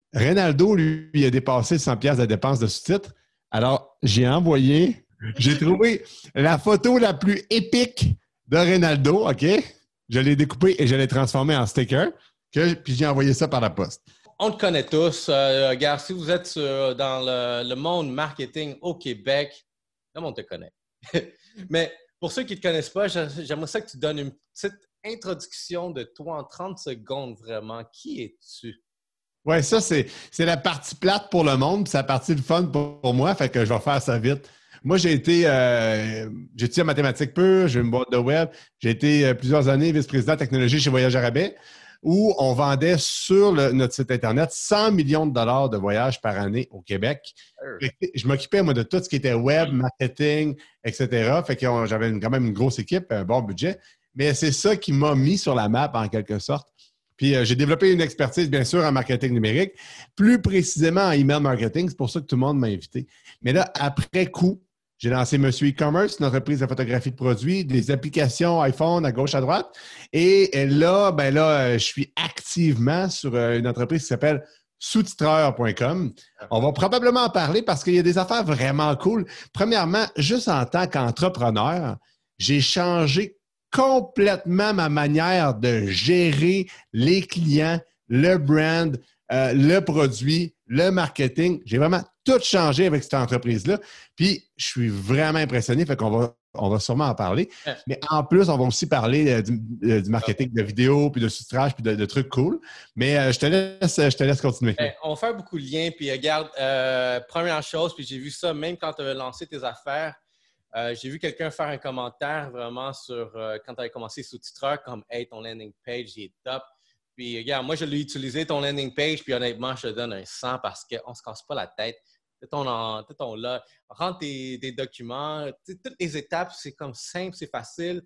Reynaldo, lui, il a dépassé 100 pièces de dépenses de sous-titres. Alors, j'ai trouvé la photo la plus épique de Reynaldo, OK? Je l'ai découpée et je l'ai transformée en sticker, puis j'ai envoyé ça par la poste. On te connaît tous. Regarde, si vous êtes dans le monde marketing au Québec, le monde te connaît. Mais pour ceux qui ne te connaissent pas, j'aimerais ça que tu donnes une petite introduction de toi en 30 secondes, vraiment. Qui es-tu? Ouais, ça, c'est la partie plate pour le monde, puis c'est la partie de fun pour moi, fait que je vais faire ça vite. Moi, j'ai étudié en mathématiques pures, j'ai une boîte de web, j'ai été plusieurs années vice-président technologie chez Voyage Arabais, où on vendait sur notre site Internet 100 millions de dollars de voyages par année au Québec. Je m'occupais, moi, de tout ce qui était web, marketing, etc. Fait que j'avais quand même une grosse équipe, un bon budget. Mais c'est ça qui m'a mis sur la map, en quelque sorte. Puis j'ai développé une expertise, bien sûr, en marketing numérique, plus précisément en email marketing. C'est pour ça que tout le monde m'a invité. Mais là, après coup, j'ai lancé Monsieur E-commerce, une entreprise de photographie de produits, des applications iPhone à gauche, à droite. Et là, je suis activement sur une entreprise qui s'appelle sous-titreur.com. On va probablement en parler parce qu'il y a des affaires vraiment cool. Premièrement, juste en tant qu'entrepreneur, j'ai changé complètement ma manière de gérer les clients, le brand, le produit, le marketing. J'ai vraiment tout changé avec cette entreprise-là. Puis, je suis vraiment impressionné. Fait on va sûrement en parler. Mais en plus, on va aussi parler du marketing de vidéos, puis de sous-titrage, puis de trucs cool. Mais je te laisse continuer. On va faire beaucoup de liens. Puis, regarde, première chose, puis j'ai vu ça même quand tu avais lancé tes affaires. J'ai vu quelqu'un faire un commentaire vraiment sur quand tu avais commencé sous-titreur comme « Hey, ton landing page, il est top ». Puis, regarde, moi, je l'ai utilisé, ton landing page, puis honnêtement, je te donne un 100 parce qu'on ne se casse pas la tête. Là, rentre tes documents, toutes les étapes, c'est comme simple, c'est facile.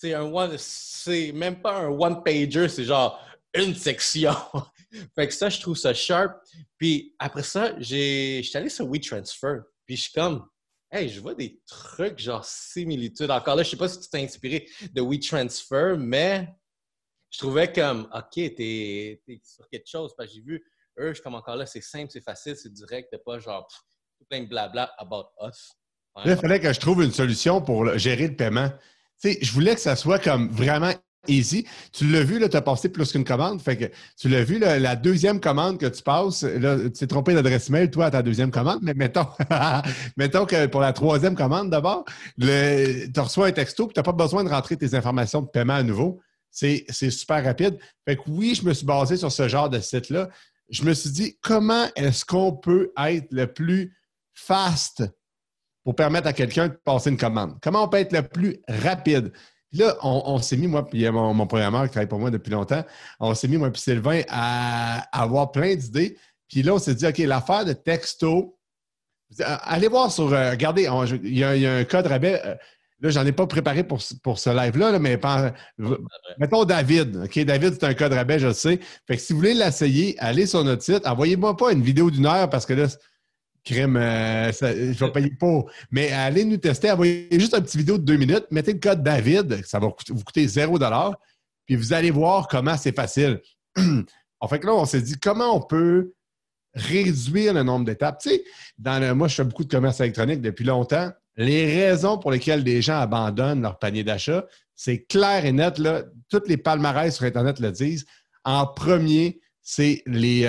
C'est même pas un one-pager, c'est genre une section. Fait que ça, je trouve ça sharp. Puis après ça, je suis allé sur WeTransfer, puis je suis comme hey, je vois des trucs genre similitudes. Encore là, je ne sais pas si tu t'es inspiré de WeTransfer, mais je trouvais comme, OK, t'es sur quelque chose. Parce que j'ai vu, eux, comme encore là, c'est simple, c'est facile, c'est direct, t'as pas genre tout plein de blabla about us. Ouais. Là, il fallait que je trouve une solution pour gérer le paiement. Tu sais, je voulais que ça soit comme vraiment easy. Tu l'as vu, tu as passé plus qu'une commande. Fait que tu l'as vu, là, la deuxième commande que tu passes, là, tu t'es trompé d'adresse mail, toi, à ta deuxième commande, mais mettons que pour la troisième commande, d'abord, tu reçois un texto et tu n'as pas besoin de rentrer tes informations de paiement à nouveau. C'est super rapide. Fait que oui, je me suis basé sur ce genre de site-là. Je me suis dit, comment est-ce qu'on peut être le plus fast pour permettre à quelqu'un de passer une commande? Comment on peut être le plus rapide? Puis là, on s'est mis, moi, puis mon programmeur qui travaille pour moi depuis longtemps, on s'est mis, moi, puis Sylvain, à avoir plein d'idées. Puis là, on s'est dit, OK, l'affaire de texto, allez voir sur, regardez, il y a un code rabais. Là, j'en ai pas préparé pour ce live-là, mais mettons David. OK, David, c'est un code rabais, je le sais. Fait que si vous voulez l'essayer, allez sur notre site. Envoyez-moi pas une vidéo d'1 heure parce que là, crime, je vais payer pour. Mais allez nous tester, envoyez juste une petite vidéo de 2 minutes, mettez le code David, ça va vous coûter 0$, puis vous allez voir comment c'est facile. En fait, là, on s'est dit comment on peut réduire le nombre d'étapes. Tu sais, moi, je fais beaucoup de commerce électronique depuis longtemps. Les raisons pour lesquelles les gens abandonnent leur panier d'achat, c'est clair et net, là, toutes les palmarès sur Internet le disent. En premier, c'est les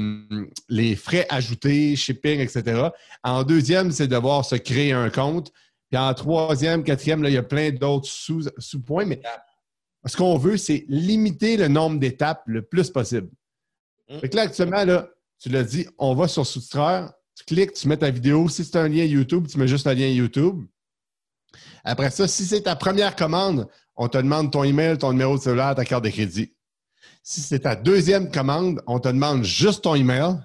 frais ajoutés, shipping, etc. En deuxième, c'est devoir se créer un compte. Puis en troisième, quatrième, là, il y a plein d'autres sous-points. Mais ce qu'on veut, c'est limiter le nombre d'étapes le plus possible. Fait que là, actuellement, là, tu l'as dit, on va sur Sous-titreur, tu cliques, tu mets ta vidéo. Si c'est un lien YouTube, tu mets juste un lien YouTube. Après ça, si c'est ta première commande, on te demande ton email, ton numéro de cellulaire, ta carte de crédit. Si c'est ta deuxième commande, on te demande juste ton email.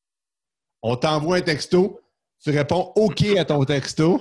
On t'envoie un texto. Tu réponds OK à ton texto.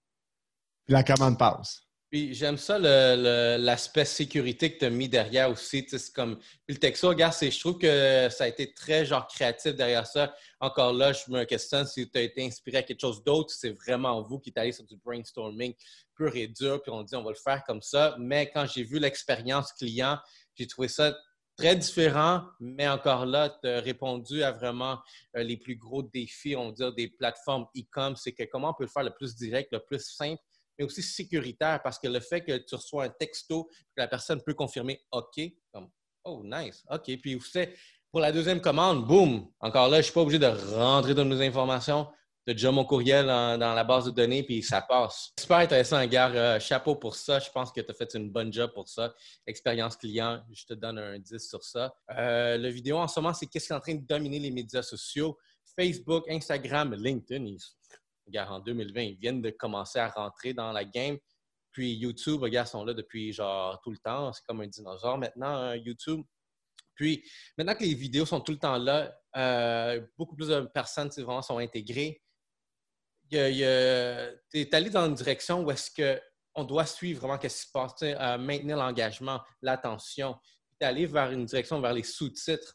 Puis la commande passe. Puis j'aime ça l'aspect sécurité que tu as mis derrière aussi. C'est comme. Puis le texto, regarde, je trouve que ça a été très genre créatif derrière ça. Encore là, je me questionne si tu as été inspiré à quelque chose d'autre. C'est vraiment vous qui êtes allé sur du brainstorming pur et dur, puis on dit on va le faire comme ça. Mais quand j'ai vu l'expérience client, j'ai trouvé ça très différent, mais encore là, tu as répondu à vraiment les plus gros défis, on va dire, des plateformes e-com. C'est que comment on peut le faire le plus direct, le plus simple, mais aussi sécuritaire, parce que le fait que tu reçois un texto, que la personne peut confirmer OK, comme oh, nice, OK. Puis vous savez, pour la deuxième commande, boum, encore là, je ne suis pas obligé de rentrer dans mes informations. Tu as déjà mon courriel dans la base de données, puis ça passe. Super intéressant, gars. Chapeau pour ça. Je pense que tu as fait une bonne job pour ça. Expérience client, je te donne un 10 sur ça. Le vidéo en ce moment, c'est qu'est-ce qui est en train de dominer les médias sociaux. Facebook, Instagram, LinkedIn, regarde, en 2020, ils viennent de commencer à rentrer dans la game. Puis YouTube, regarde, ils sont là depuis genre tout le temps. C'est comme un dinosaure maintenant, YouTube. Puis maintenant que les vidéos sont tout le temps là, beaucoup plus de personnes vraiment sont intégrées. Tu es allé dans une direction où est-ce qu'on doit suivre vraiment ce qui se passe, maintenir l'engagement, l'attention. Tu es allé vers une direction vers les sous-titres.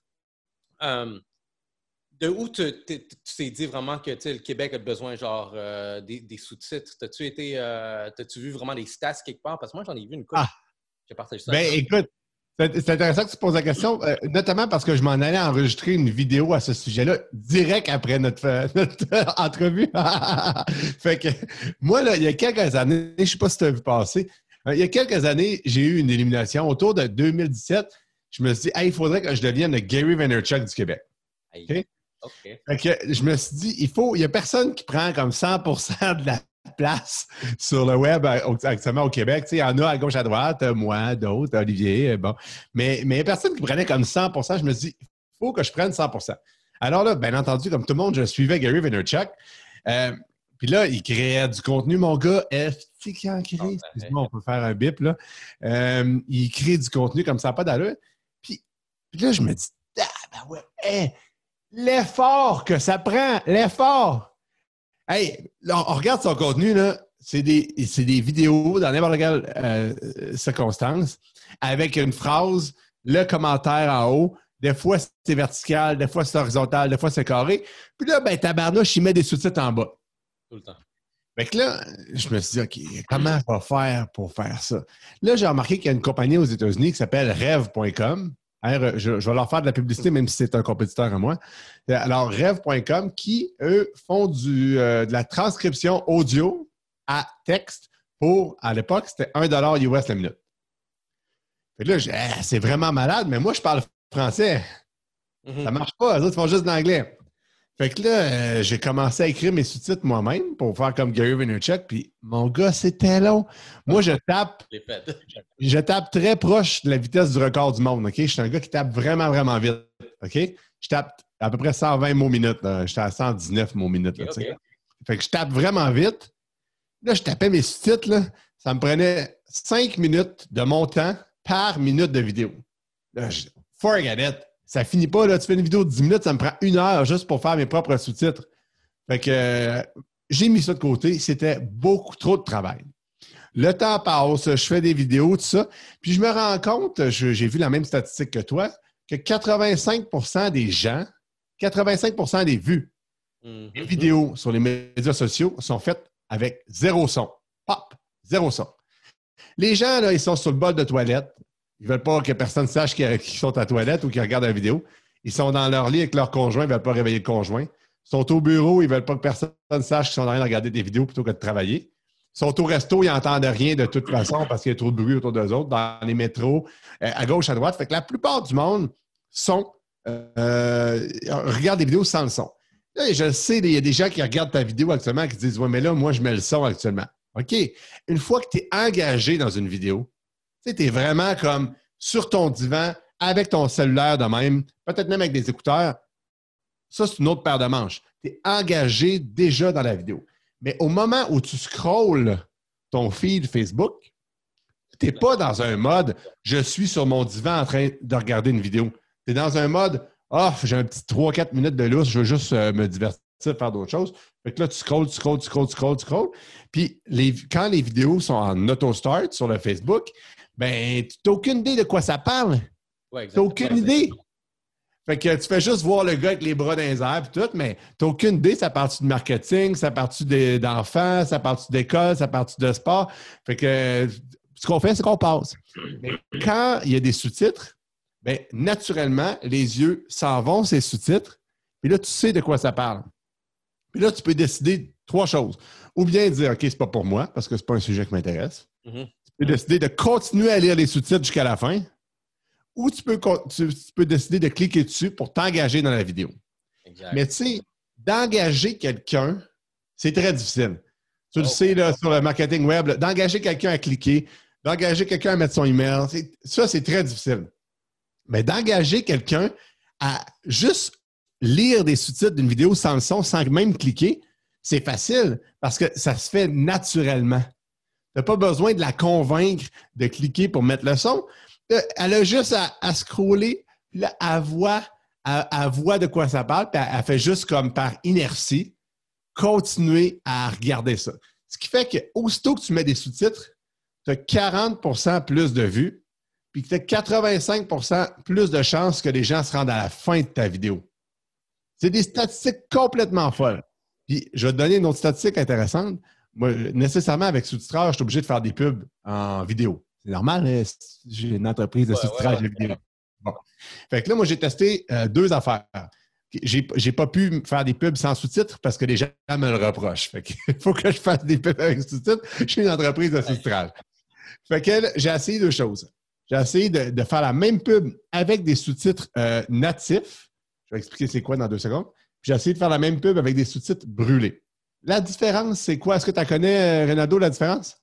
De où tu t'es dit vraiment que le Québec a besoin genre des sous-titres? T'as-tu vu vraiment des stats quelque part? Parce que moi, j'en ai vu une couple. J'ai partagé ça. Ben, écoute, c'est intéressant que tu poses la question, notamment parce que je m'en allais enregistrer une vidéo à ce sujet-là direct après notre entrevue. Fait que moi, là, il y a quelques années, je ne sais pas si tu as vu passer, il y a quelques années, j'ai eu une élimination. Autour de 2017, je me suis dit, hey, il faudrait que je devienne le Gary Vaynerchuk du Québec. OK? OK. Fait que je me suis dit, il n'y a personne qui prend comme 100% de la place sur le web actuellement au Québec. Il y en a à gauche, à droite, moi, d'autres, Olivier, bon. Mais il n'y a personne qui prenait comme 100%. Je me suis dit, il faut que je prenne 100%. Alors là, bien entendu, comme tout le monde, je suivais Gary Vaynerchuk. Puis là, il créait du contenu, mon gars. Tu sais qui en crée? Excuse-moi, on peut faire un bip, là. Il crée du contenu comme ça, pas d'allure. Puis là, je me dis, ben ouais, l'effort que ça prend, l'effort. Hey, là, on regarde son contenu, là. C'est des vidéos dans n'importe quelle circonstance avec une phrase, le commentaire en haut. Des fois, c'est vertical, des fois, c'est horizontal, des fois, c'est carré. Puis là, ben, tabarnouche, il met des sous-titres en bas. Tout le temps. Fait que là, je me suis dit, OK, comment je vais faire pour faire ça? Là, j'ai remarqué qu'il y a une compagnie aux États-Unis qui s'appelle Rev.com. Je vais leur faire de la publicité, même si c'est un compétiteur à moi. Alors, Rev.com, qui, eux, font de la transcription audio à texte pour, à l'époque, c'était $1 US la minute. Fait que là, c'est vraiment malade, mais moi, je parle français. Ça marche pas, les autres font juste de l'anglais. Fait que là, j'ai commencé à écrire mes sous-titres moi-même pour faire comme Gary Vaynerchuk, puis mon gars, c'était long. Moi, je tape très proche de la vitesse du record du monde, OK? Je suis un gars qui tape vraiment, vraiment vite, OK? Je tape à peu près 120 mots minute. J'étais à 119 mots minute. Là, okay. Fait que je tape vraiment vite. Là, je tapais mes sous-titres, là. Ça me prenait 5 minutes de mon temps par minute de vidéo. Là, forget it. Ça finit pas, là. Tu fais une vidéo de 10 minutes, ça me prend 1 heure juste pour faire mes propres sous-titres. Fait que j'ai mis ça de côté. C'était beaucoup trop de travail. Le temps passe, je fais des vidéos, tout ça. Puis je me rends compte, j'ai vu la même statistique que toi, que 85% des gens, 85% des vues des vidéos sur les médias sociaux sont faites avec zéro son. Pop! Zéro son. Les gens, là, ils sont sur le bol de toilette. Ils ne veulent pas que personne sache qu'ils sont à la toilette ou qu'ils regardent la vidéo. Ils sont dans leur lit avec leur conjoint, ils ne veulent pas réveiller le conjoint. Ils sont au bureau, ils ne veulent pas que personne sache qu'ils sont en train de regarder des vidéos plutôt que de travailler. Ils sont au resto, ils n'entendent rien de toute façon parce qu'il y a trop de bruit autour d'eux autres, dans les métros, à gauche, à droite. Fait que la plupart du monde regardent des vidéos sans le son. Là, je sais, il y a des gens qui regardent ta vidéo actuellement qui disent « Ouais, mais là, moi, je mets le son actuellement. » OK. Une fois que tu es engagé dans une vidéo, tu es vraiment comme sur ton divan, avec ton cellulaire de même, peut-être même avec des écouteurs. Ça, c'est une autre paire de manches. Tu es engagé déjà dans la vidéo. Mais au moment où tu scrolles ton feed Facebook, tu n'es pas dans un mode « je suis sur mon divan en train de regarder une vidéo ». Tu es dans un mode « ah, j'ai un petit 3-4 minutes de lousse, je veux juste me divertir, faire d'autres choses ». Fait que là, tu scrolles. Puis, quand les vidéos sont en auto-start sur le Facebook, ben, tu n'as aucune idée de quoi ça parle. Ouais, tu n'as aucune idée. Fait que tu fais juste voir le gars avec les bras dans les airs et tout, mais tu n'as aucune idée. Ça part-tu de marketing, ça part-tu d'enfants, ça part-tu d'école, ça part-tu de sport. Fait que ce qu'on fait, c'est qu'on passe. Mais quand il y a des sous-titres, bien, naturellement, les yeux s'en vont, ces sous-titres, puis là, tu sais de quoi ça parle. Puis là, tu peux décider 3 choses. Ou bien dire, OK, c'est pas pour moi, parce que c'est pas un sujet qui m'intéresse. Mhm. Tu peux décider de continuer à lire les sous-titres jusqu'à la fin, ou tu peux décider de cliquer dessus pour t'engager dans la vidéo. Exact. Mais tu sais, d'engager quelqu'un, c'est très difficile. Tu le sais, là, sur le marketing web, là, d'engager quelqu'un à cliquer, d'engager quelqu'un à mettre son email, ça, c'est très difficile. Mais d'engager quelqu'un à juste lire des sous-titres d'une vidéo sans le son, sans même cliquer, c'est facile parce que ça se fait naturellement. Tu n'as pas besoin de la convaincre de cliquer pour mettre le son. Elle a juste à scroller, puis là, elle voit de quoi ça parle, puis elle fait juste comme par inertie continuer à regarder ça. Ce qui fait qu'aussitôt que tu mets des sous-titres, tu as 40 plus de vues, puis que tu as 85 plus de chances que les gens se rendent à la fin de ta vidéo. C'est des statistiques complètement folles. Puis, je vais te donner une autre statistique intéressante. Moi, nécessairement, avec sous-titrage, je suis obligé de faire des pubs en vidéo. C'est normal, hein? J'ai une entreprise de sous-titrage de vidéo. Bon. Fait que là, moi, j'ai testé 2 affaires. J'ai pas pu faire des pubs sans sous-titres parce que les gens me le reprochent. Fait qu'il faut que je fasse des pubs avec sous-titres. Je suis une entreprise de sous-titrage. Fait que j'ai essayé 2 choses. J'ai essayé de faire la même pub avec des sous-titres natifs. Je vais expliquer c'est quoi dans 2 secondes. Puis j'ai essayé de faire la même pub avec des sous-titres brûlés. La différence, c'est quoi? Est-ce que tu connais, Renato, la différence?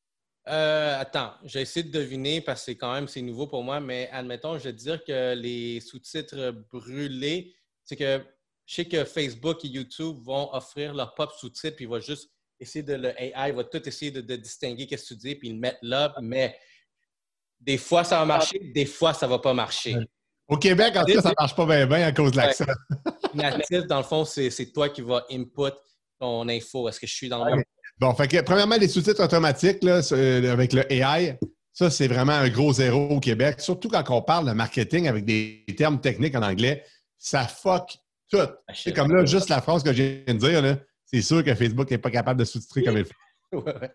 Attends, j'ai essayé de deviner parce que c'est nouveau pour moi, mais admettons, je vais te dire que les sous-titres brûlés, c'est que je sais que Facebook et YouTube vont offrir leur propre sous-titres, puis il va juste essayer le AI va tout essayer de distinguer qu'est-ce que tu dis, puis ils le mettent là, mais des fois ça va marcher, des fois ça va pas marcher. Au Québec, en tout cas, ça marche pas bien à cause de l'accent. Natif, dans le fond, c'est toi qui vas input ton info. Est-ce que je suis dans le bon? Bon, fait que premièrement, les sous-titres automatiques là, avec le AI, ça, c'est vraiment un gros zéro au Québec. Surtout quand on parle de marketing avec des termes techniques en anglais, ça fuck tout. C'est comme là, juste la phrase que je viens de dire, là, c'est sûr que Facebook n'est pas capable de sous-titrer comme il faut. Ouais.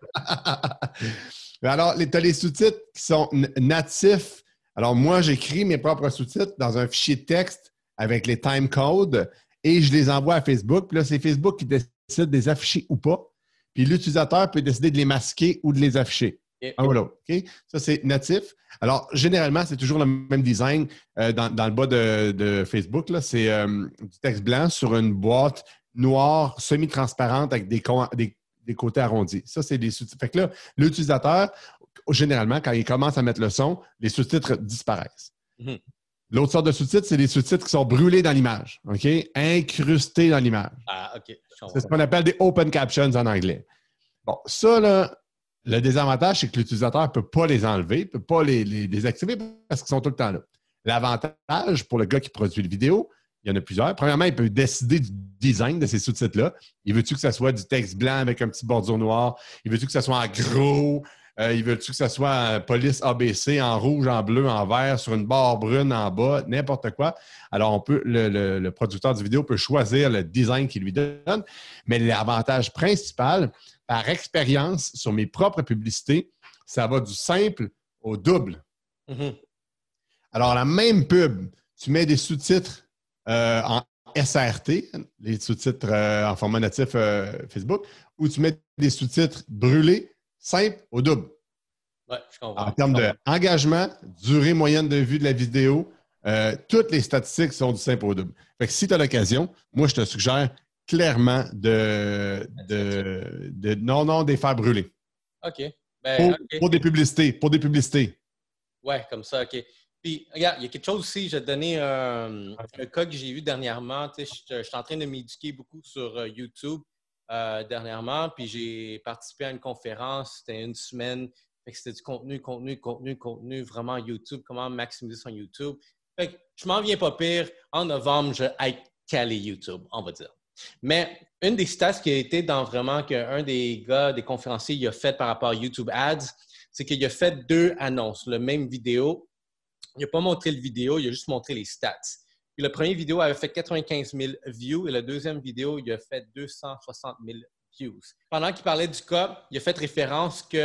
Alors, tu as les sous-titres qui sont natifs. Alors, moi, j'écris mes propres sous-titres dans un fichier de texte avec les timecodes et je les envoie à Facebook. Puis là, c'est Facebook qui décide de les afficher ou pas. Puis l'utilisateur peut décider de les masquer ou de les afficher. Un ou l'autre. Okay? Ça, c'est natif. Alors, généralement, c'est toujours le même design dans le bas de Facebook. C'est du texte blanc sur une boîte noire semi-transparente avec des côtés arrondis. Ça, c'est des sous-titres. Fait que là, l'utilisateur, généralement, quand il commence à mettre le son, les sous-titres disparaissent. Mm-hmm. L'autre sorte de sous-titres, c'est des sous-titres qui sont brûlés dans l'image, OK? Incrustés dans l'image. Ah, OK. C'est ce qu'on appelle des open captions en anglais. Bon, ça, là, le désavantage, c'est que l'utilisateur ne peut pas les enlever, ne peut pas les désactiver parce qu'ils sont tout le temps là. L'avantage pour le gars qui produit la vidéo, il y en a plusieurs. Premièrement, il peut décider du design de ces sous-titres-là. Il veut-tu que ça soit du texte blanc avec un petit bordure noir? Il veut-tu que ça soit en gros? Il veut-tu que ça soit police ABC en rouge, en bleu, en vert, sur une barre brune en bas, n'importe quoi. Alors, le producteur de vidéo peut choisir le design qu'il lui donne. Mais l'avantage principal, par expérience, sur mes propres publicités, ça va du simple au double. Mm-hmm. Alors, la même pub, tu mets des sous-titres en SRT, les sous-titres en format natif Facebook, ou tu mets des sous-titres brûlés, simple au double. Ouais, je comprends. En termes d'engagement, durée moyenne de vue de la vidéo, toutes les statistiques sont du simple au double. Fait que si tu as l'occasion, moi, je te suggère clairement de les faire brûler. OK. Pour des publicités. Ouais, comme ça, OK. Puis, regarde, il y a quelque chose aussi, je vais te donner un cas que j'ai vu dernièrement. Je suis en train de m'éduquer beaucoup sur YouTube dernièrement, puis j'ai participé à une conférence, c'était une semaine, c'était du contenu, vraiment YouTube, comment maximiser son YouTube. Fait que je m'en viens pas pire. En novembre, je vais être calé YouTube, on va dire. Mais une des stats qui a été dans vraiment qu'un des gars, des conférenciers, il a fait par rapport à YouTube Ads, c'est qu'il a fait 2 annonces, le même vidéo. Il n'a pas montré le vidéo, il a juste montré les stats. Puis le premier vidéo avait fait 95 000 views et la deuxième vidéo, il a fait 260 000 views. Pendant qu'il parlait du cas, il a fait référence que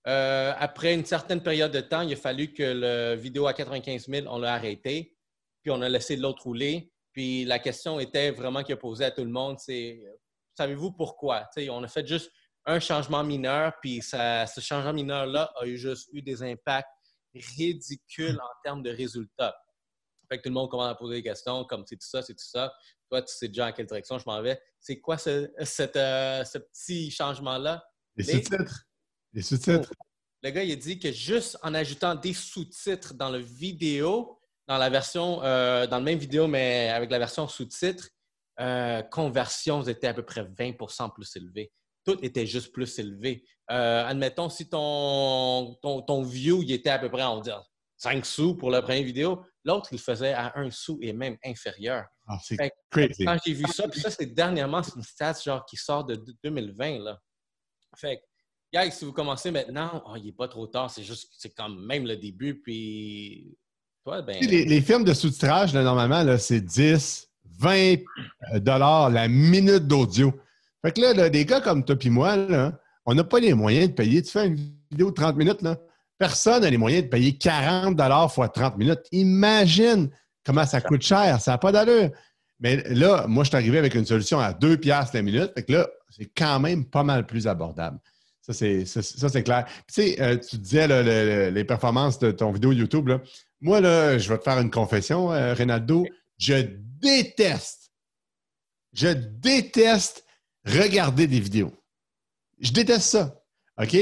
Après une certaine période de temps, il a fallu que le vidéo à 95 000, on l'a arrêté, puis on a laissé l'autre rouler. Puis la question était vraiment qui a posé à tout le monde, c'est savez-vous pourquoi? T'sais, on a fait juste un changement mineur, puis ce changement mineur-là a juste eu des impacts ridicules en termes de résultats. Fait que tout le monde commence à poser des questions comme c'est tout ça, c'est tout ça. Toi, tu sais déjà en quelle direction je m'en vais. C'est quoi ce petit changement-là? Les Mais sous-titres. Les oh, sous-titres. le gars, il a dit que juste en ajoutant des sous-titres dans le vidéo, dans la version, dans le même vidéo, mais avec la version sous-titres, conversions étaient à peu près 20% plus élevées. Tout était juste plus élevé. Admettons, si ton view il était à peu près, on va dire, 5 sous pour la première vidéo, l'autre, il faisait à 1 sou et même inférieur. Ah, c'est Fait que crazy. quand j'ai vu ça, puis ça, c'est dernièrement, c'est une stat genre qui sort de 2020, là. Fait que, guys, si vous commencez maintenant, oh, il n'est pas trop tard, c'est juste, c'est quand même le début, puis toi, Tu sais, ben, les films de sous-titrage, là, normalement, là, c'est 10, 20 dollars la minute d'audio. Fait que là, des gars comme toi et moi, là, on n'a pas les moyens de payer. Tu fais une vidéo de 30 minutes, là, personne n'a les moyens de payer 40 dollars fois 30 minutes. Imagine comment ça coûte cher. Ça n'a pas d'allure. Mais là, moi, je suis arrivé avec une solution à 2 piastres la minute. Fait que là, c'est quand même pas mal plus abordable. Ça, c'est clair. Puis, tu sais, tu disais là, les performances de ton vidéo YouTube, là. Moi, là, je vais te faire une confession, Reynaldo. Déteste, je déteste regarder des vidéos. Je déteste ça. OK?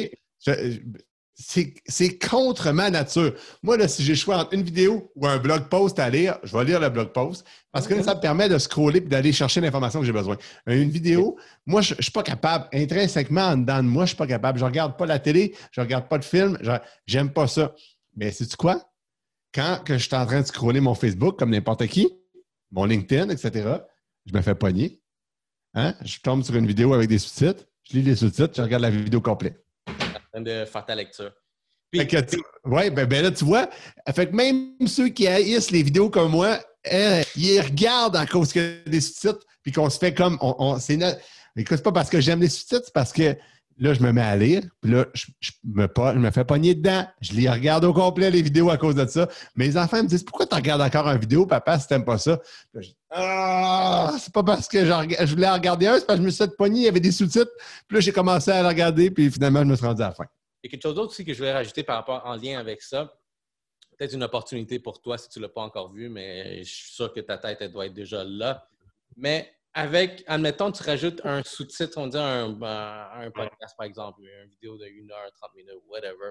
C'est contre ma nature. Moi, là, si j'ai le choix entre une vidéo ou un blog post à lire, je vais lire le blog post parce que là, ça me permet de scroller et d'aller chercher l'information que j'ai besoin. Une vidéo, moi, je ne suis pas capable, intrinsèquement, en dedans de moi, je ne suis pas capable. Je ne regarde pas la télé, je ne regarde pas de film, j'aime pas ça. Mais sais-tu quoi? Quand que je suis en train de scroller mon Facebook, comme n'importe qui, mon LinkedIn, etc., je me fais pogner. Hein? Je tombe sur une vidéo avec des sous-titres, je lis les sous-titres, je regarde la vidéo complète. en train de faire ta lecture. Fait Puis, que ouais, ben là, tu vois, fait que même ceux qui haïssent les vidéos comme moi, ils regardent à cause qu'il y a des sous-titres, puis qu'on se fait comme. Écoute, c'est pas parce que j'aime les sous-titres, c'est parce que là, je me mets à lire, puis là, je me fais pogner dedans. Je les regarde au complet, les vidéos, à cause de ça. Mes enfants me disent pourquoi tu regardes encore une vidéo, papa, si t'aimes pas ça? Puis là, c'est pas parce que je voulais en regarder un, c'est parce que je me suis fait pogner, il y avait des sous-titres. Puis là, j'ai commencé à le regarder, puis finalement, je me suis rendu à la fin. il y a quelque chose d'autre aussi que je voulais rajouter par rapport en lien avec ça. Peut-être une opportunité pour toi si tu ne l'as pas encore vu, mais je suis sûr que ta tête elle doit être déjà là. Mais avec, admettons, tu rajoutes un sous-titre, on dit un podcast, par exemple, une vidéo de 1 heure, 30 minutes, whatever.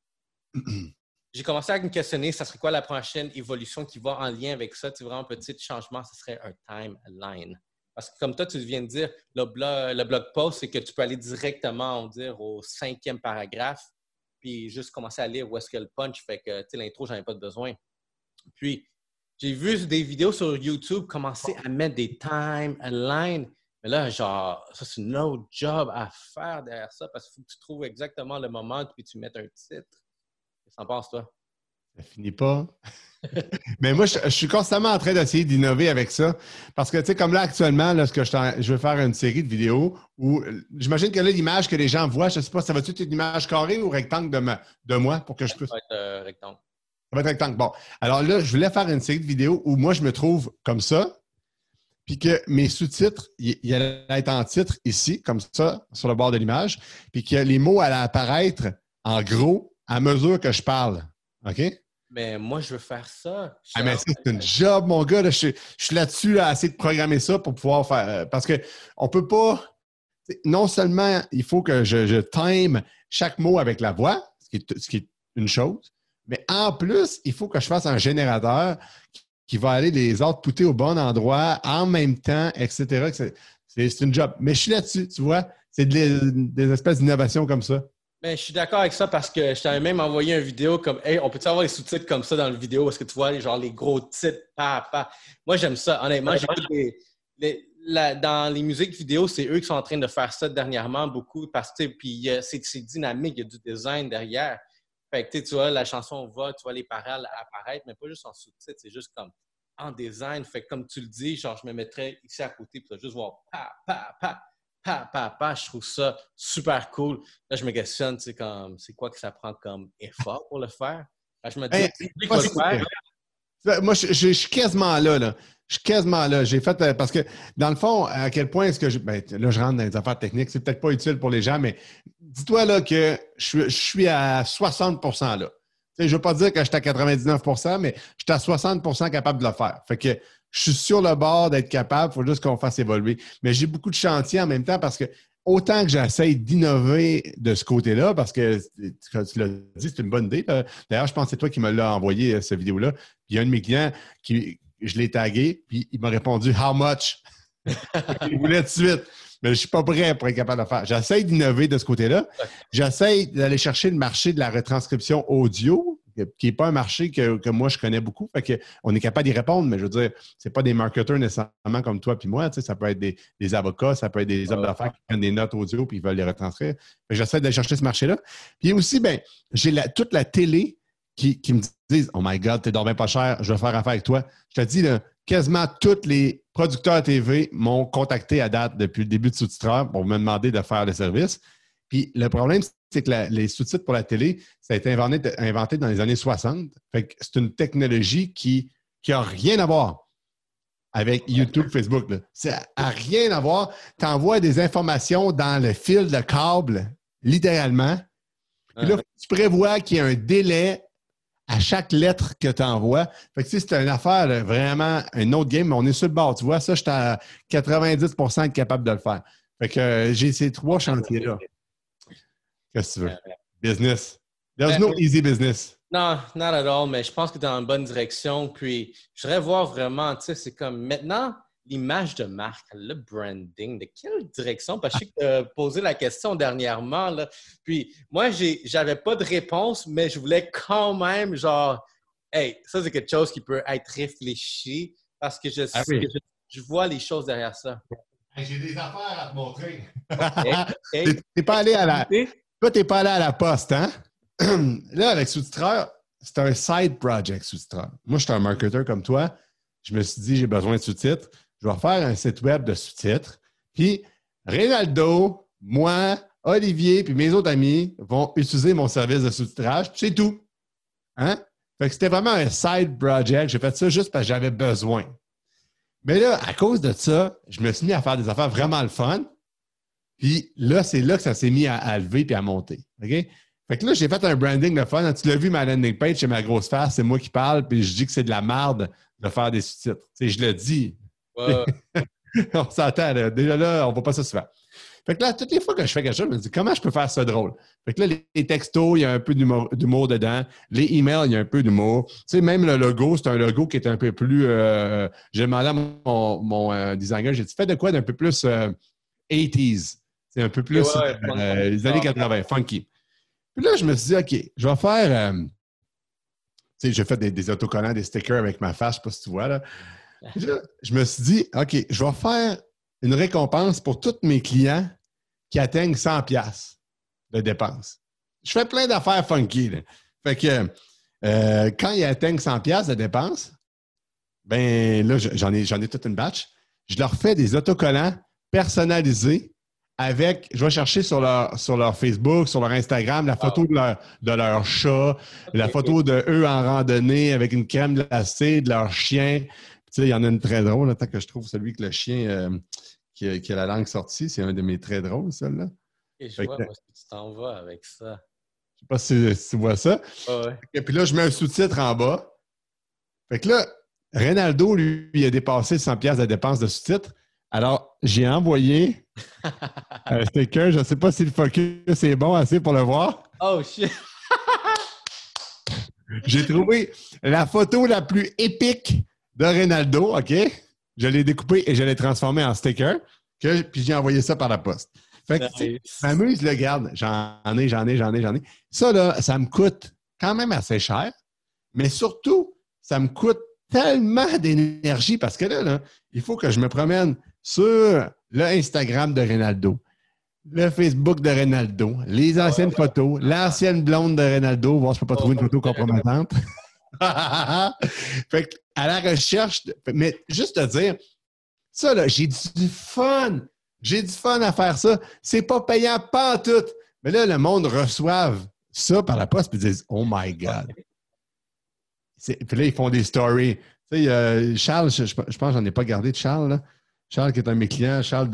J'ai commencé à me questionner, ça serait quoi la prochaine évolution qui va en lien avec ça? Tu sais, vraiment petit changement, ce serait un timeline. Parce que comme toi, tu viens de dire, le blog post, c'est que tu peux aller directement, on va dire, au 5e paragraphe, puis juste commencer à lire où est-ce que le punch fait que, tu sais, l'intro, j'en ai pas besoin. Puis, j'ai vu des vidéos sur YouTube commencer à mettre des timelines. Mais là, genre, ça, c'est un autre job à faire derrière ça parce qu'il faut que tu trouves exactement le moment puis tu mettes un titre. Qu'est-ce que t'en penses, toi? Ça finit pas. Mais moi, je suis constamment en train d'essayer d'innover avec ça. Parce que, tu sais, comme là, actuellement, là, je veux faire une série de vidéos où j'imagine que là, l'image que les gens voient, je ne sais pas, ça va-tu être une image carrée ou rectangle de moi pour que je puisse. Ça va être rectangle. Ça va être rectangle. Bon. Alors là, je voulais faire une série de vidéos où moi, je me trouve comme ça, puis que mes sous-titres, il allait être en titre ici, comme ça, sur le bord de l'image, puis que les mots allaient apparaître en gros à mesure que je parle. OK? Mais moi, je veux faire ça. Ah, mais ça, c'est une job, mon gars. Là, je suis là-dessus à essayer de programmer ça pour pouvoir faire. Parce qu'on ne peut pas. Non seulement il faut que je time chaque mot avec la voix, ce qui est une chose, mais en plus, il faut que je fasse un générateur qui va aller les outputter au bon endroit en même temps, etc. C'est une job. Mais je suis là-dessus, tu vois. C'est des espèces d'innovations comme ça. Ben, je suis d'accord avec ça parce que je t'avais même envoyé une vidéo comme Hey, on peut-tu avoir les sous-titres comme ça dans la vidéo? Est-ce que tu vois genre les gros titres? Moi, j'aime ça. Honnêtement, j'écoute dans les musiques vidéo, c'est eux qui sont en train de faire ça dernièrement beaucoup parce que puis c'est dynamique, il y a du design derrière. Fait que tu vois, la chanson va, tu vois les paroles apparaître, mais pas juste en sous-titres, c'est juste comme en design. Fait que comme tu le dis, genre je me mettrais ici à côté pour juste voir pa, pa, pa. Je trouve ça super cool. Là, je me questionne, tu sais, comme, c'est quoi que ça prend comme effort pour le faire? Là, je me dis, lui qui va le faire. Moi, je suis quasiment là. Je suis quasiment là. J'ai fait, parce que, dans le fond, à quel point est-ce que là, je rentre dans les affaires techniques. C'est peut-être pas utile pour les gens, mais dis-toi là que je suis à 60 là. Tu sais, je ne veux pas dire que je suis à 99 mais je suis à 60 capable de le faire. Fait que je suis sur le bord d'être capable. Il faut juste qu'on fasse évoluer. Mais j'ai beaucoup de chantiers en même temps parce que autant que j'essaie d'innover de ce côté-là, parce que tu l'as dit, c'est une bonne idée. D'ailleurs, je pense que c'est toi qui me l'as envoyé, cette vidéo-là. Puis il y a un de mes clients je l'ai tagué, puis il m'a répondu « How much? » Il voulait tout de suite. Mais je ne suis pas prêt pour être capable de le faire. J'essaie d'innover de ce côté-là. J'essaie d'aller chercher le marché de la retranscription audio, qui n'est pas un marché que moi, je connais beaucoup. Fait que on est capable d'y répondre, mais je veux dire, ce n'est pas des marketeurs nécessairement comme toi puis moi. Tu sais, ça peut être des avocats, ça peut être des hommes d'affaires qui prennent des notes audio puis ils veulent les retranscrire. J'essaie d'aller chercher ce marché-là. Puis aussi, j'ai toute la télé qui me disent « Oh my God, t'es dormant pas cher, je vais faire affaire avec toi. » Je te dis, là, quasiment tous les producteurs TV m'ont contacté à date depuis le début de Sous-Titreur pour me demander de faire le service. Puis le problème, c'est que les sous-titres pour la télé, ça a été inventé dans les années 60. Fait que c'est une technologie qui n'a rien à voir avec YouTube, Facebook. Là. Ça n'a rien à voir. Tu envoies des informations dans le fil de câble, littéralement. Puis là, tu prévois qu'il y a un délai à chaque lettre que tu envoies. Fait que c'est une affaire, là, vraiment, un autre game, mais on est sur le bord. Tu vois, ça, je suis à 90 être capable de le faire. Fait que j'ai ces 3 chantiers-là. Qu'est-ce que tu veux? Business. There's no easy business. Non, not at all, mais je pense que tu es dans la bonne direction. Puis, je voudrais voir vraiment, tu sais, c'est comme maintenant, l'image de marque, le branding, de quelle direction? Parce que je sais que tu as posé la question dernièrement, là. Puis, moi, j'avais pas de réponse, mais je voulais quand même, genre, hey, ça, c'est quelque chose qui peut être réfléchi parce que je vois les choses derrière ça. J'ai des affaires à te montrer. Hey, T'es pas allé à la... Toi, t'es pas allé à la poste, hein? Là, avec Sous-Titreur, c'est un side project, Sous-Titreur. Moi, je suis un marketeur comme toi. Je me suis dit, j'ai besoin de sous-titres. Je vais faire un site web de sous-titres. Puis, Reynaldo, moi, Olivier, puis mes autres amis vont utiliser mon service de sous-titrage. Puis c'est tout. Hein? Fait que c'était vraiment un side project. J'ai fait ça juste parce que j'avais besoin. Mais là, à cause de ça, je me suis mis à faire des affaires vraiment le fun. Puis là, c'est là que ça s'est mis à lever puis à monter. OK? Fait que là, j'ai fait un branding de fun. Tu l'as vu, ma landing page, c'est ma grosse face, c'est moi qui parle, puis je dis que c'est de la merde de faire des sous-titres. Tu sais, je le dis. On s'entend, là. Déjà là, on ne voit pas ça souvent. Fait que là, toutes les fois que je fais quelque chose, je me dis comment je peux faire ça drôle? Fait que là, les textos, il y a un peu d'humour dedans. Les emails, il y a un peu d'humour. Tu sais, même le logo, c'est un logo qui est un peu plus. J'ai demandé à mon designer, j'ai dit, fais de quoi d'un peu plus 80s? C'est un peu plus les années 80, funky. Puis là, je me suis dit, OK, je vais faire. Tu sais, j'ai fait des autocollants, des stickers avec ma face, je ne sais pas si tu vois là. Puis là, je me suis dit, OK, je vais faire une récompense pour tous mes clients qui atteignent 100$ de dépenses. Je fais plein d'affaires funky. Là. Fait que quand ils atteignent 100$ de dépenses, ben là, j'en ai toute une batch. Je leur fais des autocollants personnalisés avec, je vais chercher sur leur Facebook, sur leur Instagram, la photo de leur chat, la photo de eux en randonnée avec une crème glacée, de leur chien. Tu sais, il y en a une très drôle, là, tant que je trouve celui que le chien qui a la langue sortie, c'est un de mes très drôles, celle-là. Et je vois, parce que tu t'en vas avec ça. Je sais pas si tu vois ça. Ouais. Et puis là, je mets un sous-titre en bas. Fait que là, Reynaldo, lui, il a dépassé 100$ de dépenses de sous-titres. Alors, j'ai envoyé un sticker. Je ne sais pas si le focus est bon assez pour le voir. Oh, shit! J'ai trouvé la photo la plus épique de Reynaldo, OK? Je l'ai découpée et je l'ai transformée en sticker. Puis j'ai envoyé ça par la poste. Fait que, nice. Je m'amuse, le garde. J'en ai. Ça, là, ça me coûte quand même assez cher. Mais surtout, ça me coûte tellement d'énergie parce que là, il faut que je me promène sur le Instagram de Reynaldo, le Facebook de Reynaldo, les anciennes photos, l'ancienne blonde de Reynaldo, voir si je ne peux pas trouver une photo compromettante. Fait que, à la recherche, mais juste te dire, ça, là, j'ai du fun J'ai du fun à faire ça. C'est pas payant, pas en tout. Mais là, le monde reçoive ça par la poste et ils disent « Oh my God! » Puis là, ils font des stories. Tu sais, Charles, je pense que j'en ai pas gardé de Charles. Là. Charles qui est un de mes clients, Charles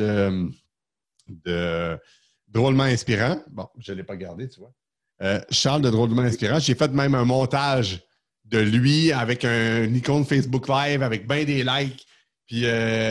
de Drôlement Inspirant. Bon, je ne l'ai pas gardé, tu vois. Charles de Drôlement Inspirant. J'ai fait même un montage de lui avec une icône Facebook Live, avec bien des likes. Puis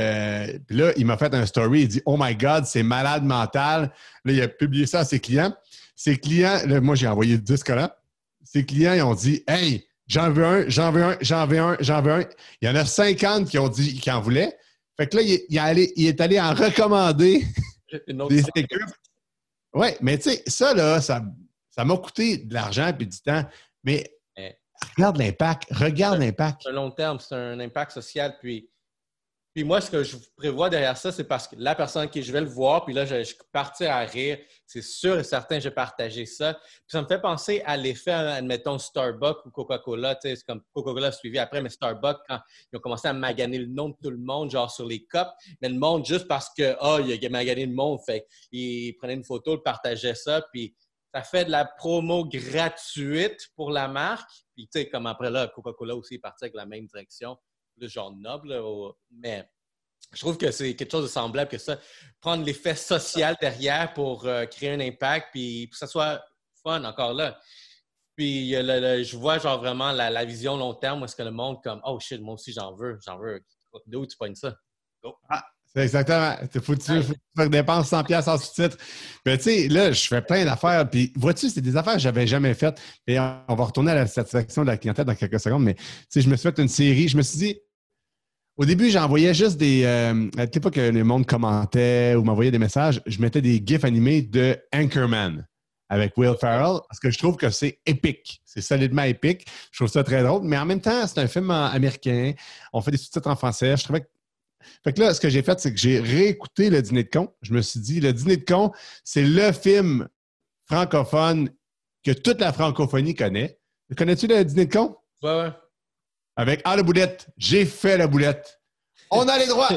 là, il m'a fait un story. Il dit « Oh my God, c'est malade mental. » Là, il a publié ça à ses clients. Ses clients, là, moi, j'ai envoyé 10 collants. Ses clients, ils ont dit « Hey, j'en veux un, j'en veux un, j'en veux un, j'en veux un. » Il y en a 50 qui ont dit qu'ils en voulaient. Fait que là, il est allé en recommander des stickers. Oui, mais tu sais, ça, là, ça m'a coûté de l'argent et du temps. Mais regarde l'impact. Regarde l'impact. C'est un long terme, c'est un impact social. Puis moi, ce que je prévois derrière ça, c'est parce que la personne qui je vais le voir, puis là, je partir à rire. C'est sûr et certain, je vais partager ça. Puis ça me fait penser à l'effet, admettons, Starbucks ou Coca-Cola. Tu sais, c'est comme Coca-Cola suivi après, mais Starbucks, quand ils ont commencé à maganer le nom de tout le monde, genre sur les cups, mais le monde, juste parce que, il a magané le monde, fait qu'ils prenaient une photo, ils partageaient ça, puis ça fait de la promo gratuite pour la marque. Puis, tu sais, comme après là, Coca-Cola aussi est parti avec la même direction. Le genre noble, mais je trouve que c'est quelque chose de semblable que ça. Prendre l'effet social derrière pour créer un impact, puis que ça soit fun encore là. Puis je vois genre vraiment la vision long terme où est-ce que le monde comme « Oh shit, moi aussi j'en veux. D'où tu pognes ça? » Go. Ah, c'est exactement. Faut que tu dépenses 100$ en sous-titres. Mais tu sais, là, je fais plein d'affaires. Puis vois-tu, c'est des affaires que je n'avais jamais faites. Et on va retourner à la satisfaction de la clientèle dans quelques secondes. Mais tu sais, je me suis fait une série. Je me suis dit, au début, j'envoyais juste des... à l'époque que le monde commentait ou m'envoyait des messages, je mettais des gifs animés de Anchorman avec Will Ferrell parce que je trouve que c'est épique. C'est solidement épique. Je trouve ça très drôle. Mais en même temps, c'est un film américain. On fait des sous-titres en français. Je trouvais que... Fait que là, ce que j'ai fait, c'est que j'ai réécouté Le Dîner de con. Je me suis dit, Le Dîner de con, c'est le film francophone que toute la francophonie connaît. Connais-tu Le Dîner de con? Ouais. Avec la boulette. J'ai fait la boulette. On a les droits!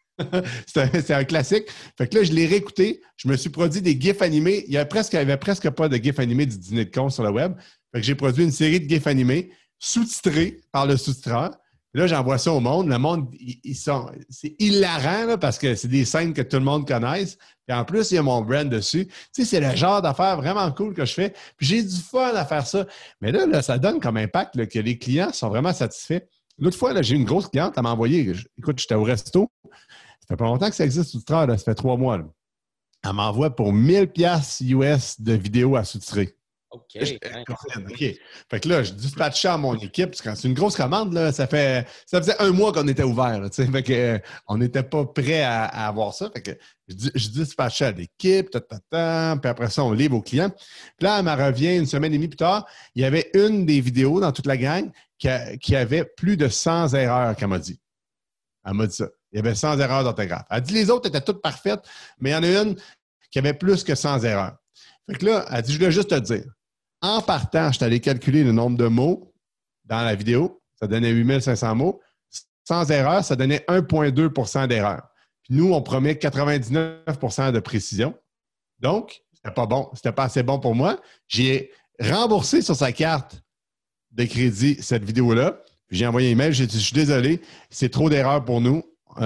C'est un classique. Fait que là, je l'ai réécouté. Je me suis produit des gifs animés. Il y avait presque pas de gifs animés du Dîner de con sur le web. Fait que j'ai produit une série de gifs animés sous-titrés par le sous-titreur. Là, j'envoie ça au monde. Le monde, c'est hilarant là, parce que c'est des scènes que tout le monde connaisse. Puis en plus, il y a mon brand dessus. Tu sais, c'est le genre d'affaires vraiment cool que je fais. Puis j'ai du fun à faire ça. Mais là ça donne comme impact là, que les clients sont vraiment satisfaits. L'autre fois, là, j'ai une grosse cliente, elle m'a envoyé. Écoute, j'étais au resto. Ça fait pas longtemps que ça existe sous-titreur. Ça fait 3 mois. Là. Elle m'envoie pour 1000$ US de vidéos à sous-titrer. OK. Fait que là, je dispatche ça à mon équipe. C'est une grosse commande. Là. Ça faisait 1 mois qu'on était ouvert. Là, fait que, on n'était pas prêt à avoir ça. Fait que je dispatchais à l'équipe. Puis après ça, on livre aux clients. Puis là, elle me revient une semaine et demie plus tard. Il y avait une des vidéos dans toute la gang qui avait plus de 100 erreurs qu'elle m'a dit. Elle m'a dit ça. Il y avait 100 erreurs d'orthographe. Elle dit les autres étaient toutes parfaites, mais il y en a une qui avait plus que 100 erreurs. Fait que là, elle dit, je voulais juste te dire. En partant, je suis allé calculer le nombre de mots dans la vidéo. Ça donnait 8500 mots. Sans erreur, ça donnait 1,2 % d'erreur. Puis nous, on promet 99 % de précision. Donc, c'était pas bon. C'était pas assez bon pour moi. J'ai remboursé sur sa carte de crédit cette vidéo-là. Puis j'ai envoyé un email. J'ai dit, je suis désolé, c'est trop d'erreurs pour nous.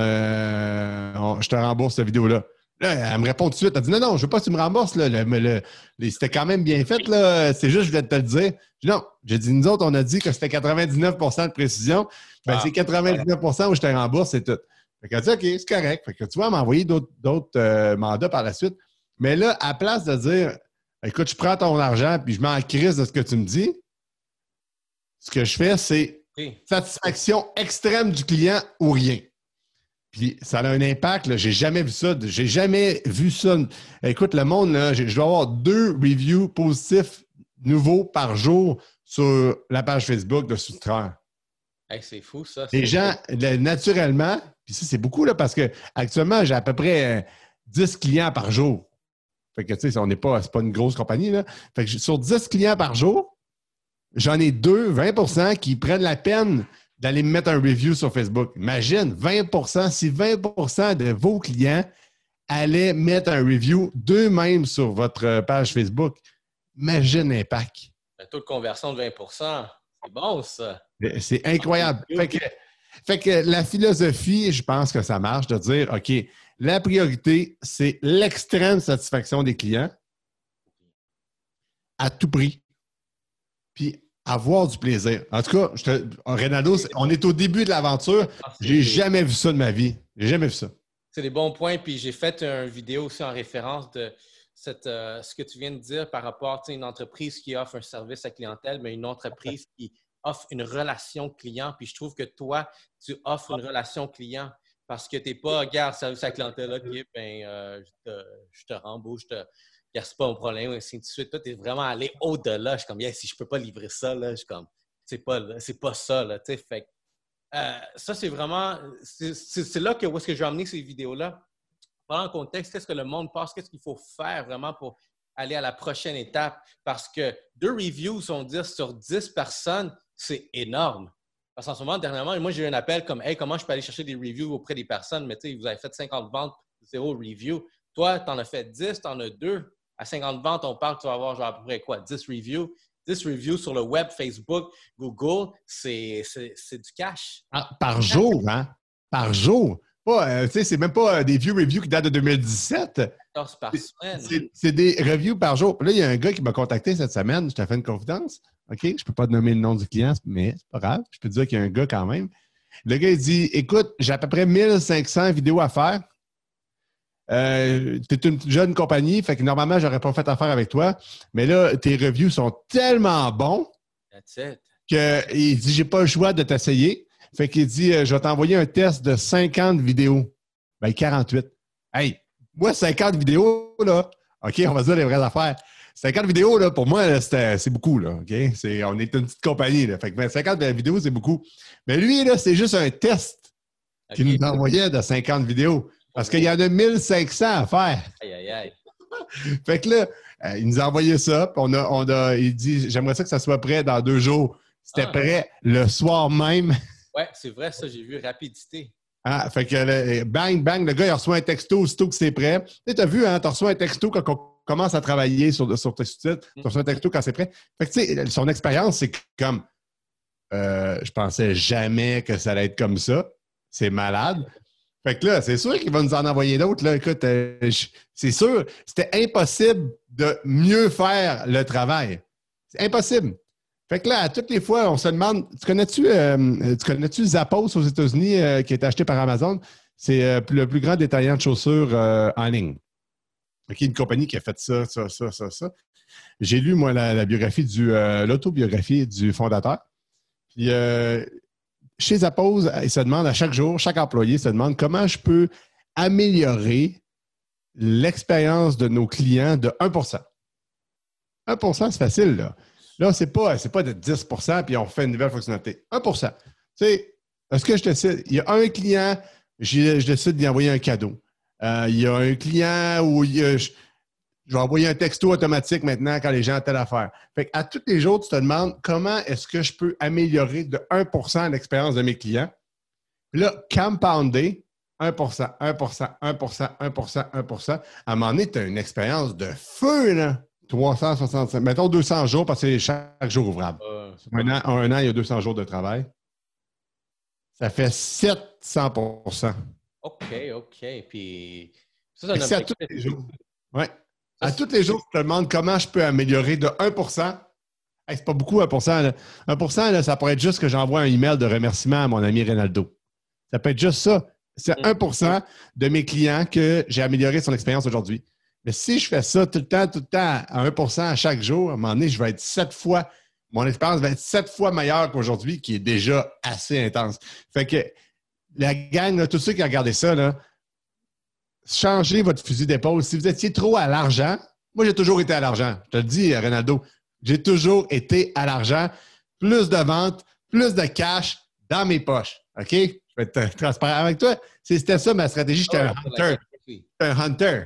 Je te rembourse cette vidéo-là. Là, elle me répond tout de suite. Elle dit non, je ne veux pas que tu me rembourses. Là. C'était quand même bien fait. Là. C'est juste, je voulais te le dire. Je dis non. J'ai dit, nous autres, on a dit que c'était 99 % de précision. Ben, c'est 99 % où je te rembourse, c'est tout. Fait qu'elle dit, OK, c'est correct. Fait que tu vois, elle m'a envoyé d'autres mandats par la suite. Mais là, à place de dire, écoute, je prends ton argent puis je m'en crise de ce que tu me dis, ce que je fais, c'est satisfaction extrême du client ou rien. Puis ça a un impact, là. J'ai jamais vu ça. Écoute, le monde, là, je dois avoir 2 reviews positifs nouveaux par jour sur la page Facebook de sous-titreurs. Hey, c'est fou, ça. Les gens, naturellement, puis ça, c'est beaucoup, là, parce que actuellement, j'ai à peu près 10 clients par jour. Fait que, tu sais, c'est pas une grosse compagnie, là. Fait que sur 10 clients par jour, j'en ai 20% qui prennent la peine d'aller me mettre un review sur Facebook. Imagine, 20%, si 20% de vos clients allaient mettre un review d'eux-mêmes sur votre page Facebook. Imagine l'impact. Un taux de conversion de 20 %. C'est bon, ça. C'est incroyable. Fait que la philosophie, je pense que ça marche de dire, OK, la priorité, c'est l'extrême satisfaction des clients à tout prix. Puis avoir du plaisir. En tout cas, Reynaldo, on est au début de l'aventure. J'ai jamais vu ça de ma vie. J'ai jamais vu ça. C'est des bons points. Puis j'ai fait une vidéo aussi en référence de ce que tu viens de dire par rapport à une entreprise qui offre un service à clientèle, mais une entreprise qui offre une relation client. Puis je trouve que toi, tu offres une relation client parce que tu n'es pas, regarde, service à clientèle, OK, ben, je te rembourse, c'est pas mon problème, ainsi de suite. Toi, tu es vraiment allé au-delà. Je suis comme, yeah, si je peux pas livrer ça, là, je suis comme, c'est pas ça, là, tu sais. Fait ça, c'est vraiment, c'est là où est-ce que je vais amener ces vidéos-là. Pendant le contexte, qu'est-ce que le monde pense, qu'est-ce qu'il faut faire vraiment pour aller à la prochaine étape? Parce que 2 reviews, on dit sur 10 personnes, c'est énorme. Parce qu'en ce moment, dernièrement, moi, j'ai eu un appel comme, hey, comment je peux aller chercher des reviews auprès des personnes? Mais tu sais, vous avez fait 50 ventes, 0 review. Toi, tu en as fait 10, tu en as 2. À 50 ventes, on parle que tu vas avoir genre à peu près quoi? 10 reviews. 10 reviews sur le web, Facebook, Google, c'est du cash. Par jour, hein? Par jour. C'est même pas des vieux reviews qui datent de 2017. 14 par semaine. C'est des reviews par jour. Là, il y a un gars qui m'a contacté cette semaine. Je t'ai fait une confidence. OK? Je ne peux pas te nommer le nom du client, mais c'est pas grave. Je peux te dire qu'il y a un gars quand même. Le gars, il dit, écoute, j'ai à peu près 1500 vidéos à faire. Tu es une jeune compagnie, fait que normalement, j'aurais pas fait affaire avec toi. Mais là, tes reviews sont tellement bons qu'il dit, j'ai pas le choix de t'essayer. Fait qu'il dit, je vais t'envoyer un test de 50 vidéos. Ben, 48. Hey, moi, 50 vidéos, là, OK, on va dire les vraies affaires. 50 vidéos, là, pour moi, là, c'est beaucoup, là, OK? On est une petite compagnie, là. Fait que 50 vidéos, c'est beaucoup. Mais lui, là, c'est juste un test qu'il nous envoyait de 50 vidéos. Parce qu'il y en a 1500 à faire. Aïe, aïe, aïe. Fait que là, il nous a envoyé ça. Puis il dit, j'aimerais ça que ça soit prêt dans 2 jours. C'était prêt le soir même. Ouais, c'est vrai, ça, j'ai vu rapidité. Ah, fait que bang, bang, le gars, il reçoit un texto aussitôt que c'est prêt. Tu as vu, hein, tu reçois un texto quand on commence à travailler sur tes sous-titres. Tu reçois un texto quand c'est prêt. Fait que, tu sais, son expérience, c'est comme, je pensais jamais que ça allait être comme ça. C'est malade. Fait que là, c'est sûr qu'il va nous en envoyer d'autres. Là. Écoute, c'est sûr, c'était impossible de mieux faire le travail. C'est impossible. Fait que là, à toutes les fois, on se demande, tu connais-tu Zappos aux États-Unis qui est acheté par Amazon? C'est le plus grand détaillant de chaussures en ligne. OK, une compagnie qui a fait ça. J'ai lu, moi, la biographie l'autobiographie du fondateur. Puis, chez Zappos, il se demande à chaque jour, chaque employé se demande comment je peux améliorer l'expérience de nos clients de 1 1 c'est facile, là. Là, c'est pas de 10 puis on fait une nouvelle fonctionnalité. 1 Tu sais, est-ce que je décide? Il y a un client, je décide d'y envoyer un cadeau. Il y a un client où je vais envoyer un texto automatique maintenant quand les gens ont telle affaire. Fait qu'à tous les jours, tu te demandes comment est-ce que je peux améliorer de 1 l'expérience de mes clients. Puis là, compounder, 1 1 à un moment donné, tu as une expérience de feu, là. 365, mettons 200 jours parce que c'est chaque jour ouvrable. Un an, il y a 200 jours de travail. Ça fait 700 OK. Puis ça, c'est à tous les jours. Oui. À tous les jours, je te demande comment je peux améliorer de 1 hey, c'est pas beaucoup, 1 là. 1 là, ça pourrait être juste que j'envoie un email de remerciement à mon ami Reynaldo. Ça peut être juste ça. C'est 1 de mes clients que j'ai amélioré son expérience aujourd'hui. Mais si je fais ça tout le temps, à 1 à chaque jour, à un moment donné, je vais être 7 fois, mon expérience va être 7 fois meilleure qu'aujourd'hui, qui est déjà assez intense. Fait que la gang, là, tous ceux qui ont regardé ça, là, changez votre fusil d'épaule. Si vous étiez trop à l'argent, moi, j'ai toujours été à l'argent. Je te le dis, Reynaldo, j'ai toujours été à l'argent. Plus de ventes, plus de cash dans mes poches. OK? Je vais être transparent avec toi. C'était ça ma stratégie. J'étais un hunter. Un hunter.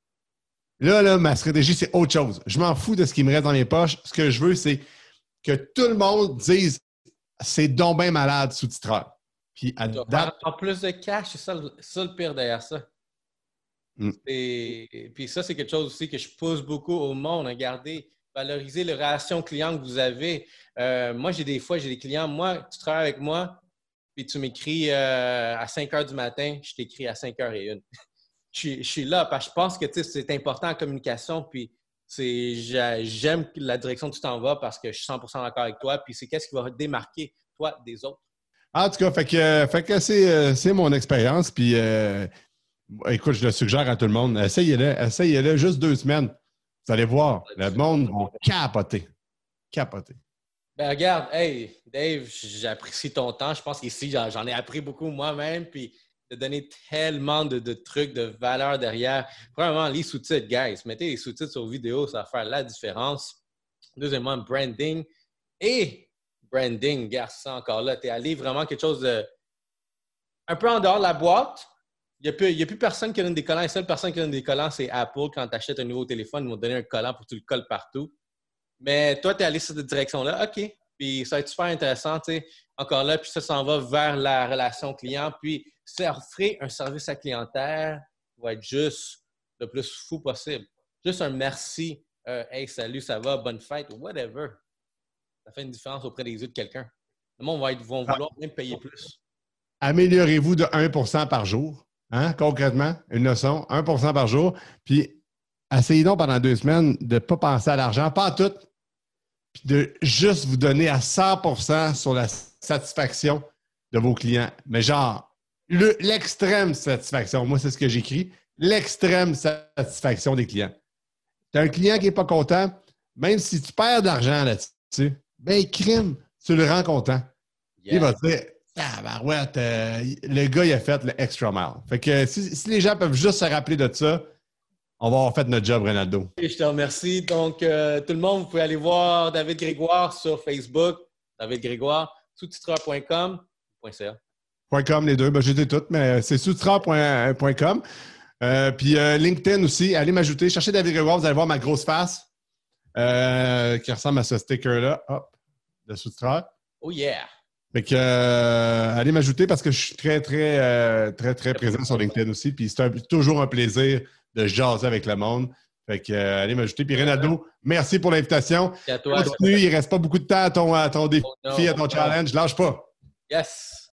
Là, ma stratégie, c'est autre chose. Je m'en fous de ce qui me reste dans mes poches. Ce que je veux, c'est que tout le monde dise c'est donc bien malade sous-titreur. Puis tu vas faire encore plus de cash, c'est ça le pire derrière ça. Mm. Et puis ça, c'est quelque chose aussi que je pousse beaucoup au monde. Regardez, valoriser les relations clients que vous avez. Moi, j'ai des clients. Moi, tu travailles avec moi, puis tu m'écris à 5 heures du matin, je t'écris à 5h01. Je suis là parce que je pense que c'est important en communication. Puis j'aime la direction que tu t'en vas parce que je suis 100% d'accord avec toi. Puis c'est qu'est-ce qui va démarquer toi des autres. En tout cas, fait que c'est mon expérience. Puis écoute, je le suggère à tout le monde. Essayez-le juste 2 semaines. Vous allez voir, le monde va capoter. Capoter. Ben regarde, hey, Dave, j'apprécie ton temps. Je pense qu'ici, j'en ai appris beaucoup moi-même. Puis de donner tellement de trucs, de valeur derrière. Premièrement, les sous-titres, guys. Mettez les sous-titres sur vidéo, ça va faire la différence. Deuxièmement, branding. Et branding, garçon, encore là, tu es allé vraiment quelque chose de un peu en dehors de la boîte. Il n'y a plus personne qui donne des collants. La seule personne qui donne des collants, c'est Apple. Quand tu achètes un nouveau téléphone, ils vont te donner un collant pour que tu le colles partout. Mais toi, tu es allé sur cette direction-là. OK. Puis ça va être super intéressant, tu sais. Encore là, puis ça s'en va vers la relation client. Puis offrir un service à clientèle va être juste le plus fou possible. Juste un merci. Hey, salut, ça va, bonne fête, whatever. Ça fait une différence auprès des yeux de quelqu'un. Le monde vont vouloir même payer plus. Améliorez-vous de 1% par jour. Hein, concrètement, une leçon, 1% par jour. Puis, essayez donc pendant 2 semaines de ne pas penser à l'argent, pas à tout, puis de juste vous donner à 100% sur la satisfaction de vos clients. Mais genre, l'extrême satisfaction. Moi, c'est ce que j'écris. L'extrême satisfaction des clients. Tu as un client qui n'est pas content, même si tu perds de l'argent là-dessus, ben, crime, tu le rends content. Yeah. Il va te dire, tabarouette, le gars, il a fait le extra mile. Fait que si les gens peuvent juste se rappeler de ça, on va avoir fait notre job, Ronaldo. Je te remercie. Donc, tout le monde, vous pouvez aller voir David Grégoire sur Facebook. David Grégoire, sous-titreur.com.ca. .com, les deux. Ben, j'ai dit toutes, mais c'est sous-titreur.com. Puis LinkedIn aussi. Allez m'ajouter. Cherchez David Grégoire, vous allez voir ma grosse face qui ressemble à ce sticker-là. Hop, de sous-titreur. Oh yeah! Fait que, allez m'ajouter parce que je suis très présent sur LinkedIn aussi. Puis c'est toujours un plaisir de jaser avec le monde. Fait que, allez m'ajouter. Puis Ronaldo, merci pour l'invitation. À toi. Continue, il ne reste pas beaucoup de temps à ton défi, à ton challenge. Lâche pas. Yes!